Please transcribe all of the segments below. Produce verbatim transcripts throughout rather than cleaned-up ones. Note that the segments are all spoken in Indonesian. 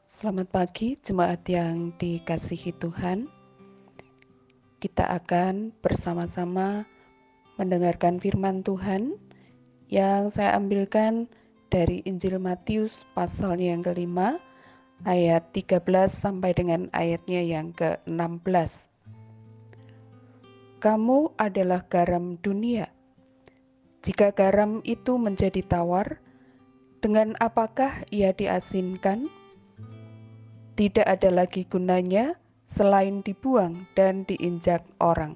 Selamat pagi jemaat yang dikasihi Tuhan. Kita akan bersama-sama mendengarkan firman Tuhan yang saya ambilkan dari Injil Matius pasal yang kelima ayat tiga belas sampai dengan ayatnya yang ke enam belas. Kamu adalah garam dunia. Jika garam itu menjadi tawar, dengan apakah ia diasinkan? Tidak ada lagi gunanya selain dibuang dan diinjak orang.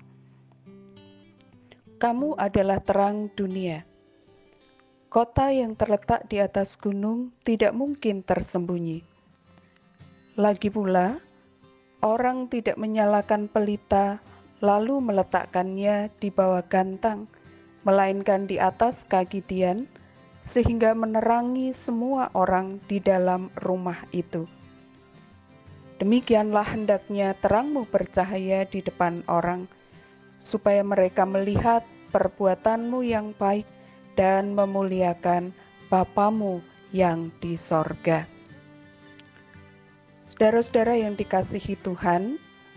Kamu adalah terang dunia. Kota yang terletak di atas gunung tidak mungkin tersembunyi. Lagi pula, orang tidak menyalakan pelita lalu meletakkannya di bawah gantang, melainkan di atas kaki dian, sehingga menerangi semua orang di dalam rumah itu. Demikianlah hendaknya terangmu bercahaya di depan orang, supaya mereka melihat perbuatanmu yang baik dan memuliakan Bapamu yang di sorga. Saudara-saudara yang dikasihi Tuhan,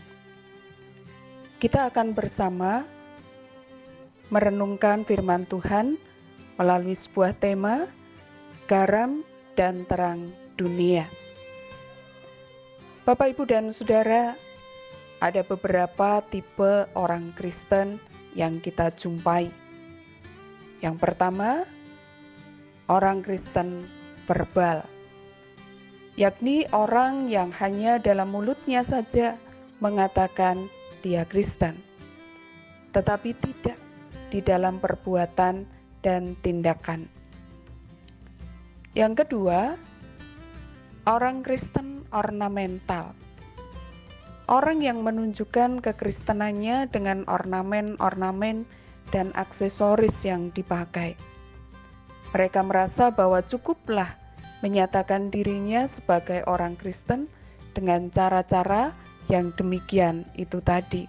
kita akan bersama merenungkan firman Tuhan melalui sebuah tema, garam dan terang dunia. Bapak, Ibu, dan Saudara, ada beberapa tipe orang Kristen yang kita jumpai. Yang pertama, orang Kristen verbal, yakni orang yang hanya dalam mulutnya saja mengatakan dia Kristen, tetapi tidak di dalam perbuatan dan tindakan. Yang kedua, orang Kristen ornamental. Orang yang menunjukkan kekristenannya dengan ornamen-ornamen dan aksesoris yang dipakai. Mereka merasa bahwa cukuplah menyatakan dirinya sebagai orang Kristen dengan cara-cara yang demikian itu tadi.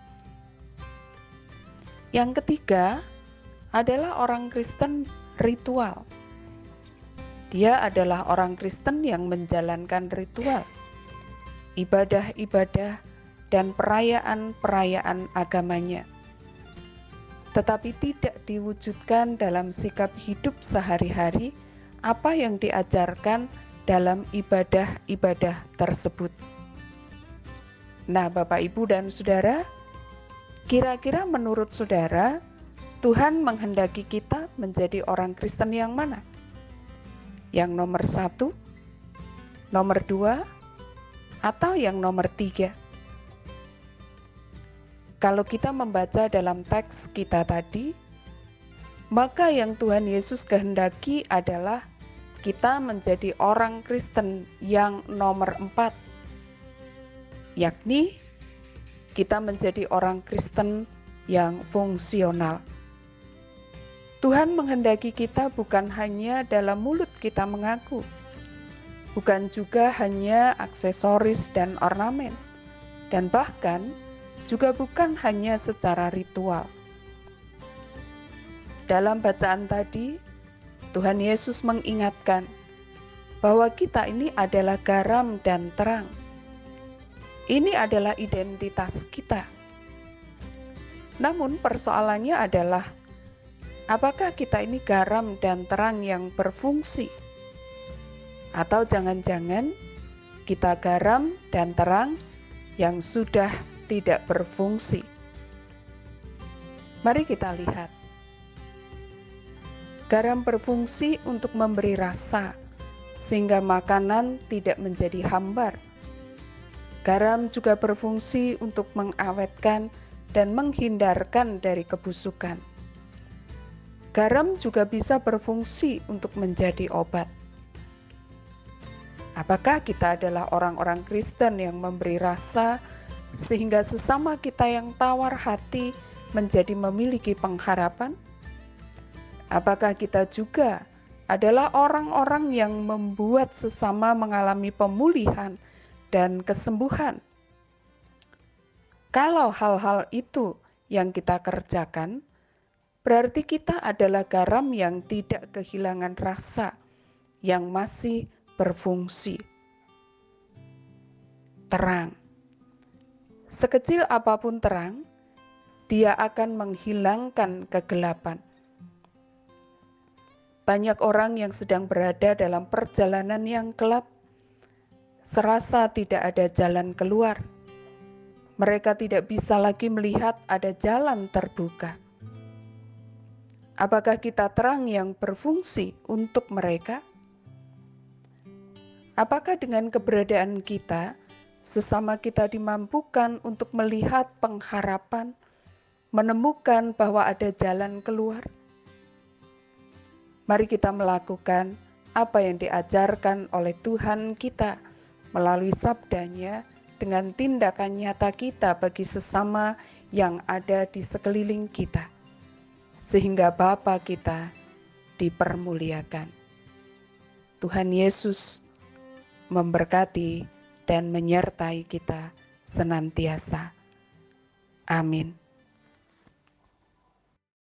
Yang ketiga adalah orang Kristen ritual. Dia adalah orang Kristen yang menjalankan ritual, ibadah-ibadah, dan perayaan-perayaan agamanya, tetapi tidak diwujudkan dalam sikap hidup sehari-hari apa yang diajarkan dalam ibadah-ibadah tersebut. Nah, Bapak, Ibu, dan Saudara, kira-kira menurut Saudara, Tuhan menghendaki kita menjadi orang Kristen yang mana? Yang nomor satu, nomor dua, atau yang nomor tiga? Kalau kita membaca dalam teks kita tadi, maka yang Tuhan Yesus kehendaki adalah kita menjadi orang Kristen yang nomor empat, yakni kita menjadi orang Kristen yang fungsional. Tuhan menghendaki kita bukan hanya dalam mulut kita mengaku, bukan juga hanya aksesoris dan ornamen, dan bahkan juga bukan hanya secara ritual. Dalam bacaan tadi, Tuhan Yesus mengingatkan bahwa kita ini adalah garam dan terang. Ini adalah identitas kita. Namun persoalannya adalah, apakah kita ini garam dan terang yang berfungsi? Atau jangan-jangan kita garam dan terang yang sudah tidak berfungsi? Mari kita lihat. Garam berfungsi untuk memberi rasa, sehingga makanan tidak menjadi hambar. Garam juga berfungsi untuk mengawetkan dan menghindarkan dari kebusukan. Garam juga bisa berfungsi untuk menjadi obat. Apakah kita adalah orang-orang Kristen yang memberi rasa sehingga sesama kita yang tawar hati menjadi memiliki pengharapan? Apakah kita juga adalah orang-orang yang membuat sesama mengalami pemulihan dan kesembuhan? Kalau hal-hal itu yang kita kerjakan, berarti kita adalah garam yang tidak kehilangan rasa, yang masih berfungsi. terang. Sekecil apapun terang, dia akan menghilangkan kegelapan. Banyak orang yang sedang berada dalam perjalanan yang gelap, serasa tidak ada jalan keluar. Mereka tidak bisa lagi melihat ada jalan terbuka. Apakah kita terang yang berfungsi untuk mereka? Apakah dengan keberadaan kita, sesama kita dimampukan untuk melihat pengharapan, menemukan bahwa ada jalan keluar? Mari kita melakukan apa yang diajarkan oleh Tuhan kita melalui sabdanya dengan tindakan nyata kita bagi sesama yang ada di sekeliling kita, sehingga Bapa kita dipermuliakan. Tuhan Yesus memberkati dan menyertai kita senantiasa. Amin.